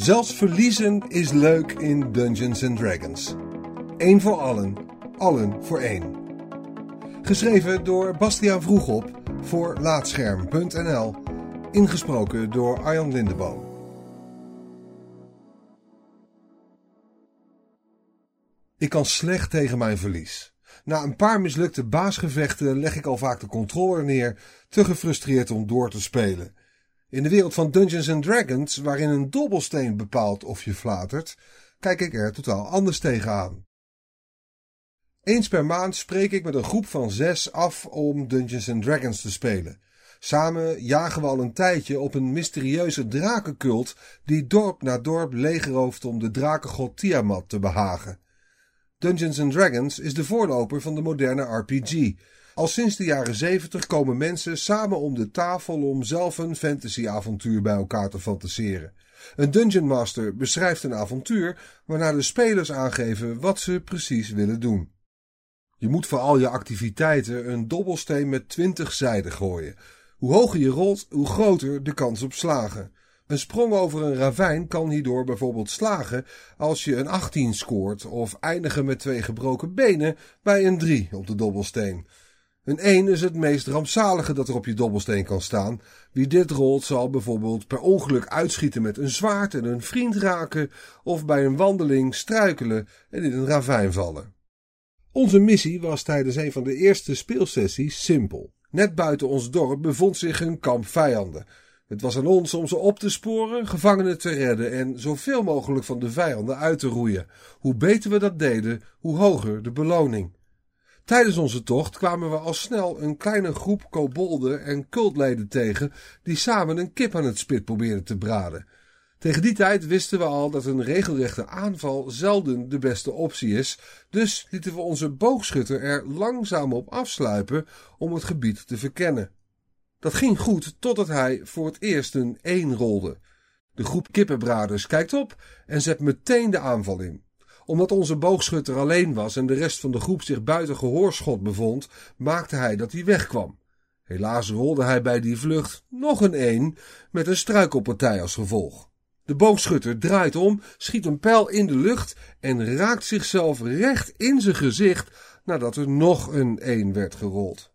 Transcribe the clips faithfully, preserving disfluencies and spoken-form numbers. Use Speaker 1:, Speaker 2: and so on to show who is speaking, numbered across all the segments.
Speaker 1: Zelfs verliezen is leuk in Dungeons and Dragons. Eén voor allen, allen voor één. Geschreven door Bastiaan Vroegop voor Laatscherm punt n l. Ingesproken door Arjan Lindeboom. Ik kan slecht tegen mijn verlies. Na een paar mislukte baasgevechten leg ik al vaak de controller neer, te gefrustreerd om door te spelen. In de wereld van Dungeons and Dragons, waarin een dobbelsteen bepaalt of je flatert, kijk ik er totaal anders tegenaan. Eens per maand spreek ik met een groep van zes af om Dungeons and Dragons te spelen. Samen jagen we al een tijdje op een mysterieuze drakenkult die dorp na dorp legerooft om de drakengod Tiamat te behagen. Dungeons and Dragons is de voorloper van de moderne R P G. Al sinds de jaren zeventig komen mensen samen om de tafel om zelf een fantasyavontuur bij elkaar te fantaseren. Een Dungeon Master beschrijft een avontuur waarna de spelers aangeven wat ze precies willen doen. Je moet voor al je activiteiten een dobbelsteen met twintig zijden gooien. Hoe hoger je rolt, hoe groter de kans op slagen. Een sprong over een ravijn kan hierdoor bijvoorbeeld slagen als je een achttien scoort of eindigen met twee gebroken benen bij een drie op de dobbelsteen. Een één is het meest rampzalige dat er op je dobbelsteen kan staan. Wie dit rolt zal bijvoorbeeld per ongeluk uitschieten met een zwaard en een vriend raken of bij een wandeling struikelen en in een ravijn vallen. Onze missie was tijdens een van de eerste speelsessies simpel. Net buiten ons dorp bevond zich een kamp vijanden. Het was aan ons om ze op te sporen, gevangenen te redden en zoveel mogelijk van de vijanden uit te roeien. Hoe beter we dat deden, hoe hoger de beloning. Tijdens onze tocht kwamen we al snel een kleine groep kobolden en cultleden tegen die samen een kip aan het spit probeerden te braden. Tegen die tijd wisten we al dat een regelrechte aanval zelden de beste optie is, dus lieten we onze boogschutter er langzaam op afsluipen om het gebied te verkennen. Dat ging goed totdat hij voor het eerst een één rolde. De groep kippenbraders kijkt op en zet meteen de aanval in. Omdat onze boogschutter alleen was en de rest van de groep zich buiten gehoorschot bevond, maakte hij dat hij wegkwam. Helaas rolde hij bij die vlucht nog een één met een struikelpartij als gevolg. De boogschutter draait om, schiet een pijl in de lucht en raakt zichzelf recht in zijn gezicht nadat er nog een één werd gerold.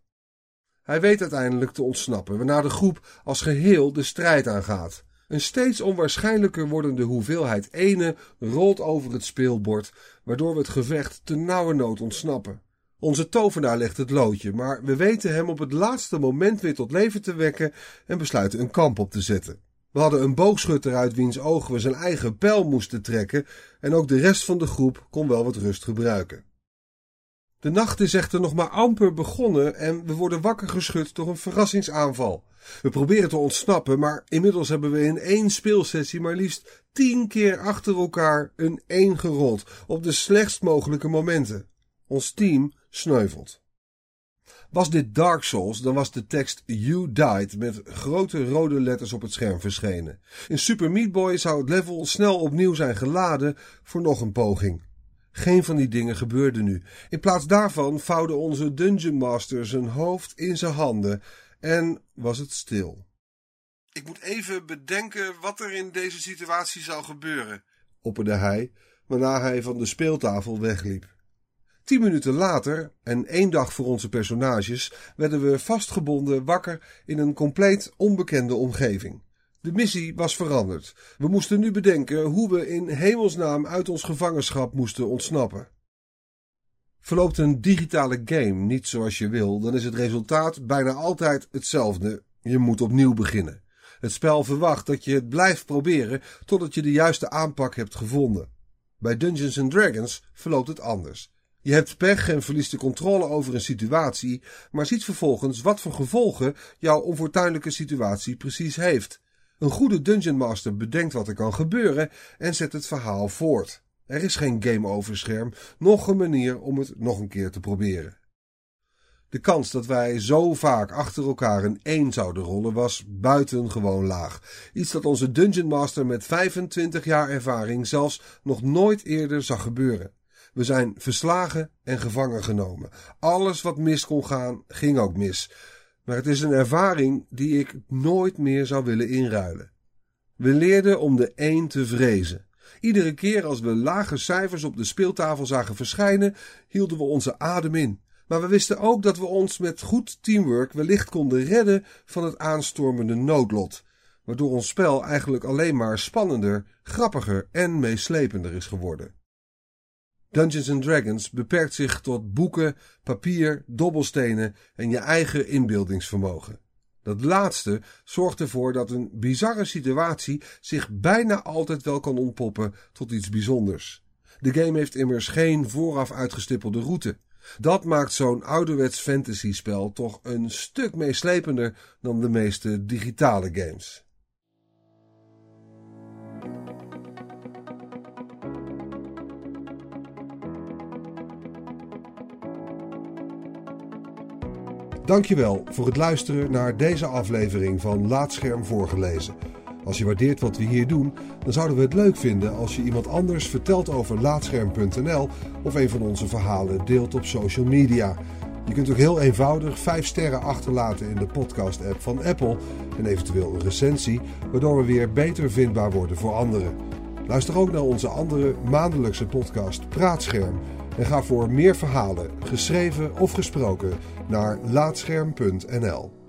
Speaker 1: Hij weet uiteindelijk te ontsnappen, waarna de groep als geheel de strijd aangaat. Een steeds onwaarschijnlijker wordende hoeveelheid enen rolt over het speelbord, waardoor we het gevecht te nauwernood ontsnappen. Onze tovenaar legt het loodje, maar we weten hem op het laatste moment weer tot leven te wekken en besluiten een kamp op te zetten. We hadden een boogschutter uit wiens ogen we zijn eigen pijl moesten trekken en ook de rest van de groep kon wel wat rust gebruiken. De nacht is echter nog maar amper begonnen en we worden wakker geschud door een verrassingsaanval. We proberen te ontsnappen, maar inmiddels hebben we in één speelsessie maar liefst tien keer achter elkaar een één gerold op de slechtst mogelijke momenten. Ons team sneuvelt. Was dit Dark Souls, dan was de tekst You Died met grote rode letters op het scherm verschenen. In Super Meat Boy zou het level snel opnieuw zijn geladen voor nog een poging. Geen van die dingen gebeurde nu. In plaats daarvan vouwde onze Dungeon Master zijn hoofd in zijn handen en was het stil. Ik moet even bedenken wat er in deze situatie zou gebeuren, opperde hij, waarna hij van de speeltafel wegliep. Tien minuten later, en één dag voor onze personages, werden we vastgebonden wakker in een compleet onbekende omgeving. De missie was veranderd. We moesten nu bedenken hoe we in hemelsnaam uit ons gevangenschap moesten ontsnappen. Verloopt een digitale game niet zoals je wil, dan is het resultaat bijna altijd hetzelfde. Je moet opnieuw beginnen. Het spel verwacht dat je het blijft proberen totdat je de juiste aanpak hebt gevonden. Bij Dungeons and Dragons verloopt het anders. Je hebt pech en verliest de controle over een situatie, maar ziet vervolgens wat voor gevolgen jouw onfortuinlijke situatie precies heeft. Een goede Dungeon Master bedenkt wat er kan gebeuren en zet het verhaal voort. Er is geen game over scherm, nog een manier om het nog een keer te proberen. De kans dat wij zo vaak achter elkaar een één zouden rollen was buitengewoon laag. Iets dat onze Dungeon Master met vijfentwintig jaar ervaring zelfs nog nooit eerder zag gebeuren. We zijn verslagen en gevangen genomen. Alles wat mis kon gaan, ging ook mis. Maar het is een ervaring die ik nooit meer zou willen inruilen. We leerden om de één te vrezen. Iedere keer als we lage cijfers op de speeltafel zagen verschijnen, hielden we onze adem in. Maar we wisten ook dat we ons met goed teamwork wellicht konden redden van het aanstormende noodlot, waardoor ons spel eigenlijk alleen maar spannender, grappiger en meeslepender is geworden. Dungeons and Dragons beperkt zich tot boeken, papier, dobbelstenen en je eigen inbeeldingsvermogen. Dat laatste zorgt ervoor dat een bizarre situatie zich bijna altijd wel kan ontpoppen tot iets bijzonders. De game heeft immers geen vooraf uitgestippelde route. Dat maakt zo'n ouderwets fantasyspel toch een stuk meeslepender dan de meeste digitale games. Dankjewel voor het luisteren naar deze aflevering van Laatscherm voorgelezen. Als je waardeert wat we hier doen, dan zouden we het leuk vinden als je iemand anders vertelt over Laatscherm punt n l of een van onze verhalen deelt op social media. Je kunt ook heel eenvoudig vijf sterren achterlaten in de podcast-app van Apple en eventueel een recensie, waardoor we weer beter vindbaar worden voor anderen. Luister ook naar onze andere maandelijkse podcast Praatscherm en ga voor meer verhalen, geschreven of gesproken, naar Laatscherm punt n l.